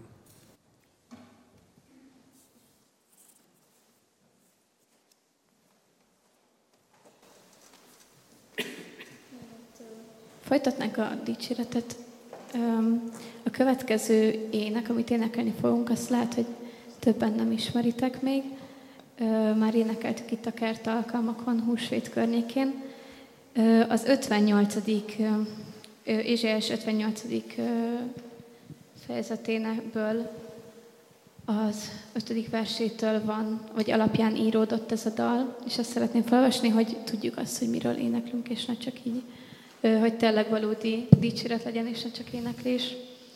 Speaker 1: Folytatnánk a dicséretet. A következő ének, amit énekelni fogunk, azt lehet, hogy többen nem ismeritek még. Már énekeltük itt a kert alkalmakon, húsvét környékén. Az 58. Ézsaiás 58. fejezetéből az 5. versétől van, vagy alapján íródott ez a dal, és azt szeretném felolvasni, hogy tudjuk azt, hogy miről éneklünk, és ne csak így, hogy tényleg valódi dicséret legyen, és ne csak éneklés.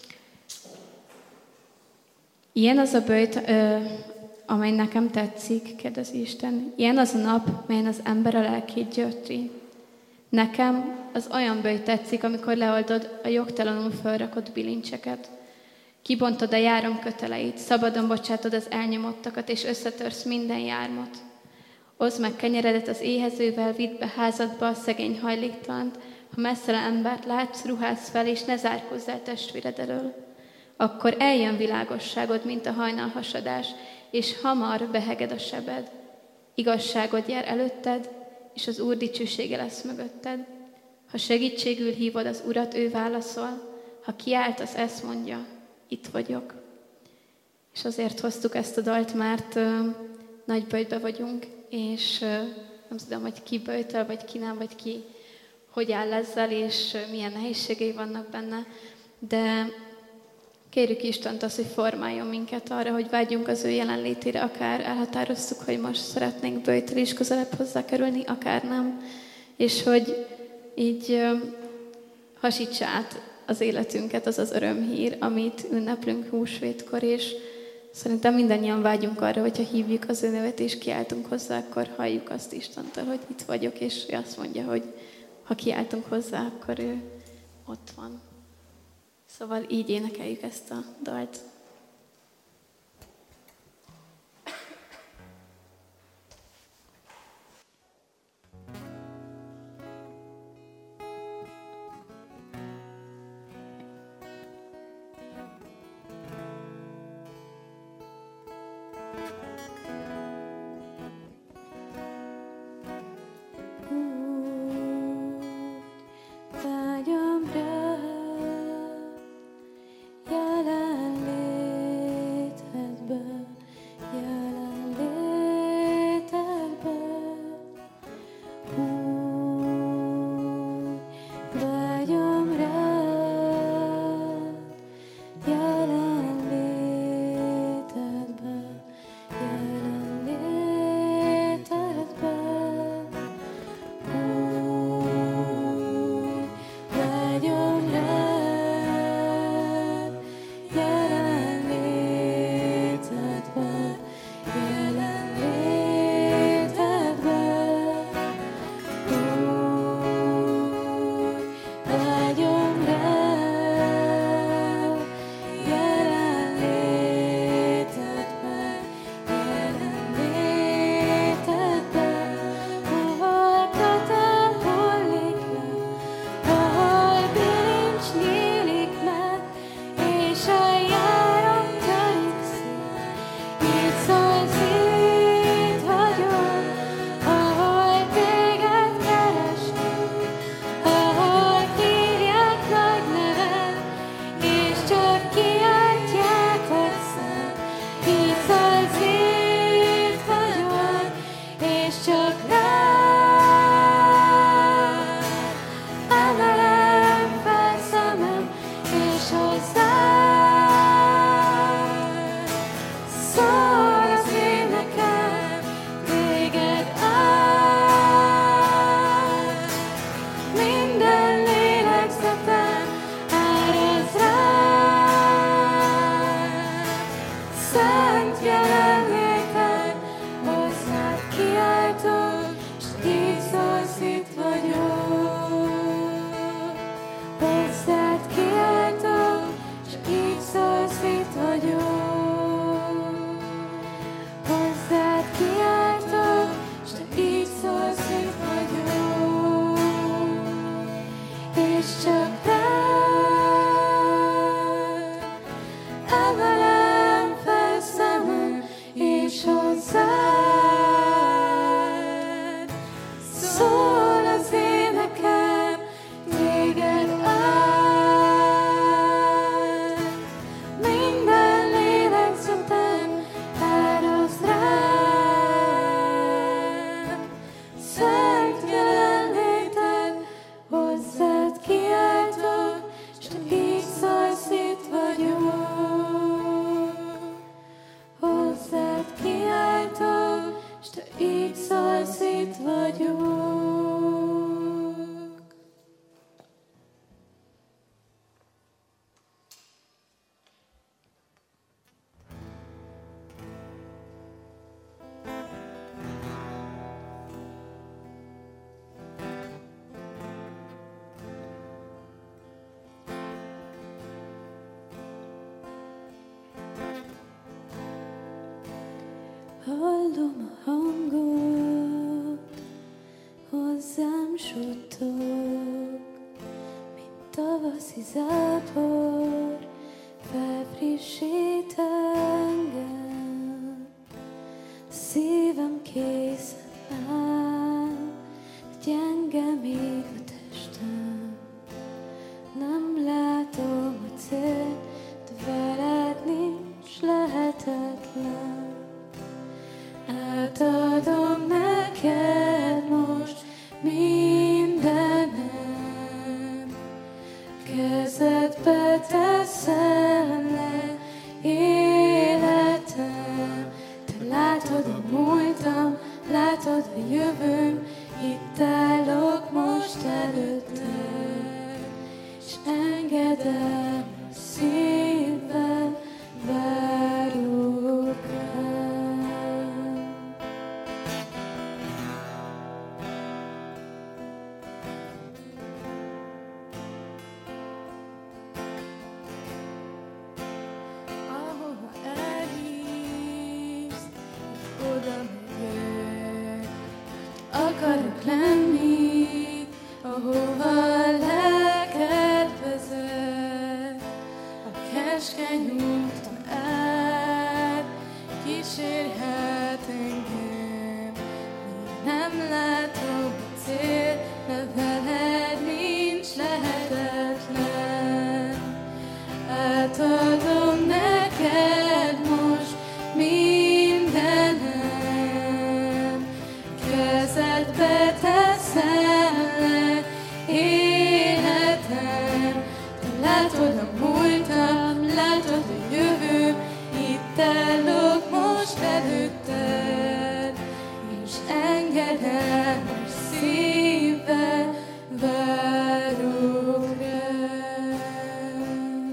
Speaker 1: Ilyen az a böjt, amely nekem tetszik, kérdezi Isten. Ilyen az a nap, melyen az ember a lelkét gyötri. Nekem az olyan böjt tetszik, amikor leoldod a jogtalanul felrakott bilincseket. Kibontod a járom köteleit, szabadon bocsátod az elnyomottakat, és összetörsz minden jármot. Oszd meg kenyeredet az éhezővel, vidd be házadba a szegény hajléktalant, ha messzelen embert látsz, ruházz fel, és ne zárkózz el testvéred elől. Akkor eljön világosságod, mint a hajnalhasadás, és hamar beheged a sebed. Igazságod jár előtted, és az Úr dicsősége lesz mögötted. Ha segítségül hívod az Urat, ő válaszol, ha kiáltasz, ezt mondja, itt vagyok. És azért hoztuk ezt a dalt, mert nagy böjtbe vagyunk, és nem tudom, hogy ki böjtöl, vagy ki nem, vagy ki hogy áll ezzel, és milyen nehézségei vannak benne, de kérjük Istent azt, hogy formáljon minket arra, hogy vágyjunk az ő jelenlétére, akár elhatároztuk, hogy most szeretnénk böjtől is közelebb hozzá kerülni, akár nem, és hogy így hasítsa át az életünket az az örömhír, amit ünneplünk húsvétkor, és szerintem mindannyian vágyunk arra, hogyha hívjuk az ő nevet és kiáltunk hozzá, akkor halljuk azt Istentől, hogy itt vagyok, és ő azt mondja, hogy ha kiáltunk hozzá, akkor ő ott van. Szóval így énekeljük ezt a dalt.
Speaker 3: szent jelenléted, hozzád kiáltok, s így szólsz, itt vagyok. Hozzád kiáltok, s így szólsz, itt vagyok. Hozzád kiáltok, s te így szólsz, itt vagyok. És csak emelem fel szemem, és hozzád szól az énekem, téged áll. Minden lélegzetem árasz rám, szent jelenléted, hozzád kiáltok, s te így szólsz, itt vagyok. Hozzád kiáltok, s te így szólsz, itt vagyok. Hallom a hangot, hozzám suttog, mint tavaszi zápor, felfrissít engem. Szívem készen áll, gyenge még a testem. Nem látom a célt, de veled nincs lehetetlen. Átadom neked most mindenem, kezedbe teszem le életem. Te látod a múltam, látod a jövőm, itt állok most előtted, és engedem a szívben, várok rám. Ahova elhívsz, oda megyek. Akarok lenni, ahova lelked vezet. A keskeny úton át kísérhet engem. Még nem látom a cél, de veled nincs lehetetlen. Átadom neked most mindenem, kezedbe teszem le életem. Te látod a múltam, látod a jövőm, itt állok most előtted, és engedem, hogy szívvel várok rám.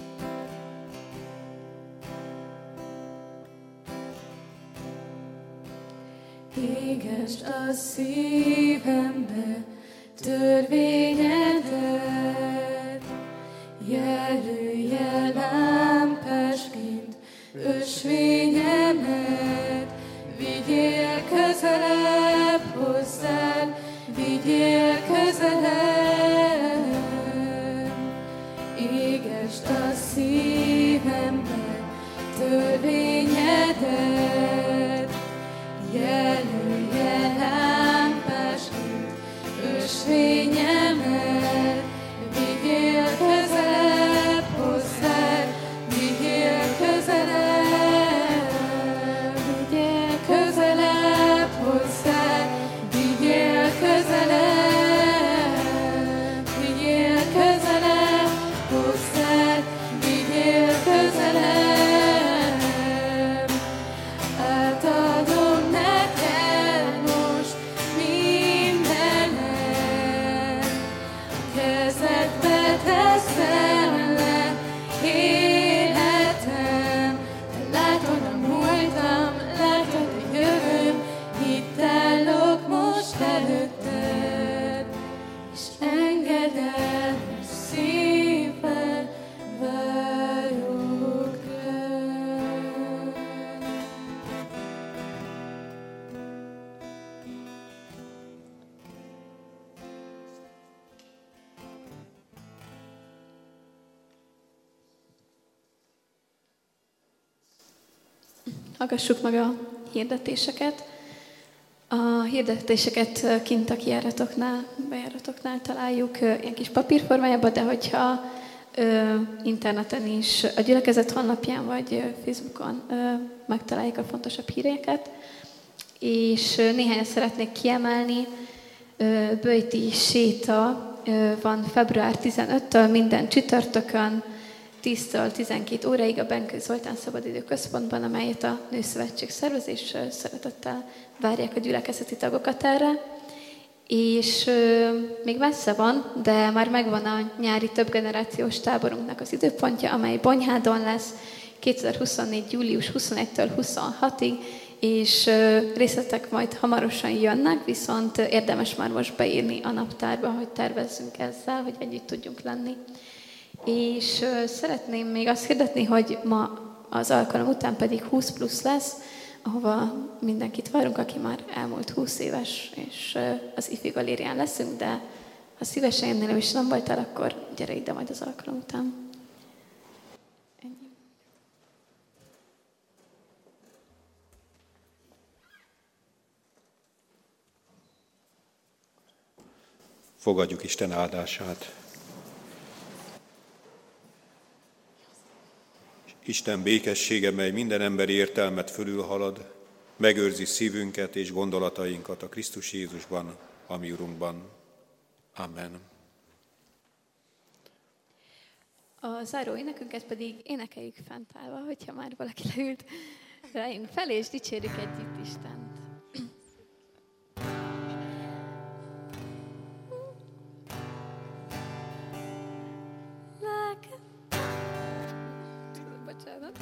Speaker 3: Égesd a szívembe törvényedet, jelölje lámpásként ösvényemet. Vigyél közelebb hozzád, vigyél közelebb. Égesd a szívembe törvényedet, jelölje lámpásként ösvényemet. Vigyél közelebb hozzád, vigyél közelebb. Vigyél közelebb hozzád, vigyél közelebb. Vigyél közelebb hozzád, vigyél közelebb.
Speaker 1: Hallgassuk meg a hirdetéseket. A hirdetéseket kint a bejáratoknál találjuk ilyen kis papírformájában, de hogyha interneten is, a gyülekezet honlapján vagy Facebookon megtaláljuk a fontosabb híreket. És néhányat szeretnék kiemelni. Böjti séta van február 15-től minden csütörtökön, 10-től 12 óráig a Benkő Zoltán Szabadidő Központban, amelyet a Nőszövetség szervez, és szeretettel várják a gyülekezeti tagokat erre. És még messze van, de már megvan a nyári többgenerációs táborunknak az időpontja, amely Bonyhádon lesz 2024. július 21-től 26-ig, és részletek majd hamarosan jönnek, viszont érdemes már most beírni a naptárba, hogy tervezzünk ezzel, hogy együtt tudjunk lenni. És szeretném még azt hirdetni, hogy ma az alkalom után pedig 20 plusz lesz, ahova mindenkit várunk, aki már elmúlt 20 éves, és az ifi galérián leszünk, de ha szívesen jönnél, és nem voltál, akkor gyere ide majd az alkalom után. Ennyi.
Speaker 2: Fogadjuk Isten áldását. Isten békessége, mely minden emberi értelmet fölülhalad, megőrzi szívünket és gondolatainkat a Krisztus Jézusban, a mi Urunkban. Amen.
Speaker 1: A záró énekünket pedig énekeljük fent állva, hogyha már valaki leült, rájunk fel, és dicsérjük együtt Istent. Bocsánat.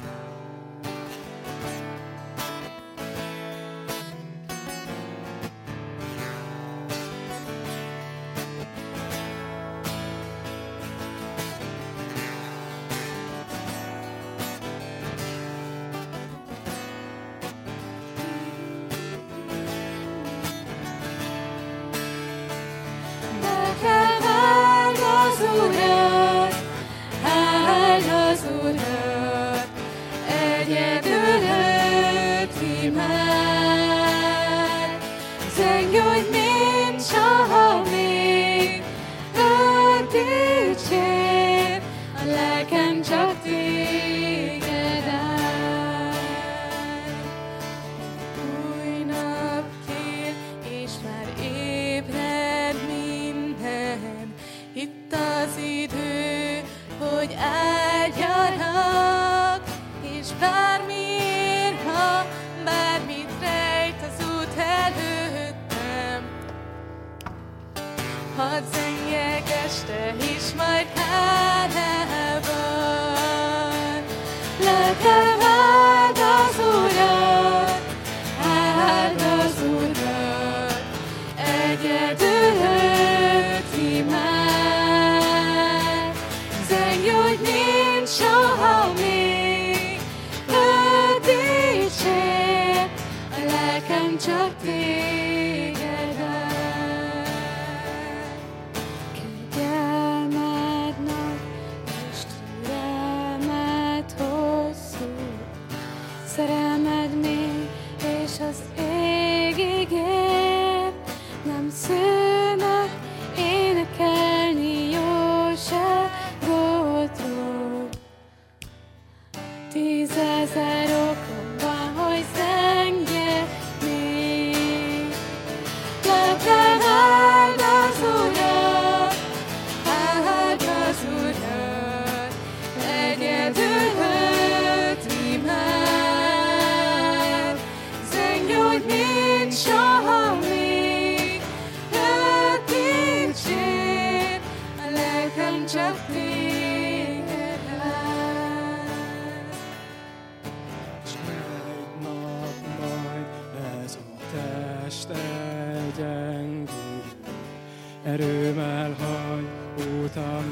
Speaker 4: Erőmmel hagy utam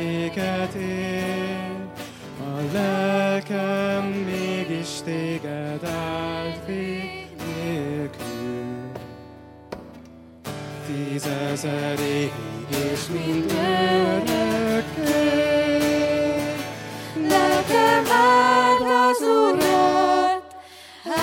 Speaker 4: véget ér, a lelkem mégis téged áld vég nélkül. 10 000 évig és mind örökké, lelkem áld az Urat,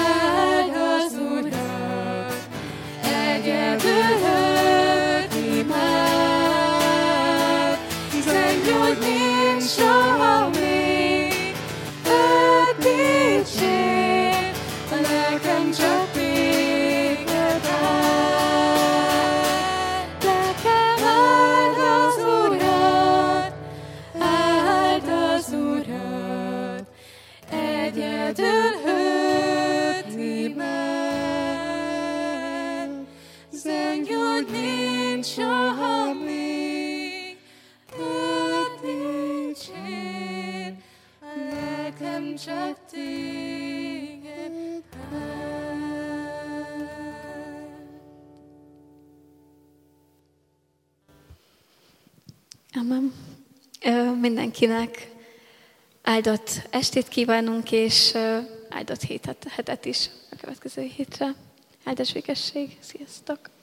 Speaker 1: Amen. Mindenkinek áldott estét kívánunk, és áldott hetet is a következő hétre. Áldás végesség. Sziasztok!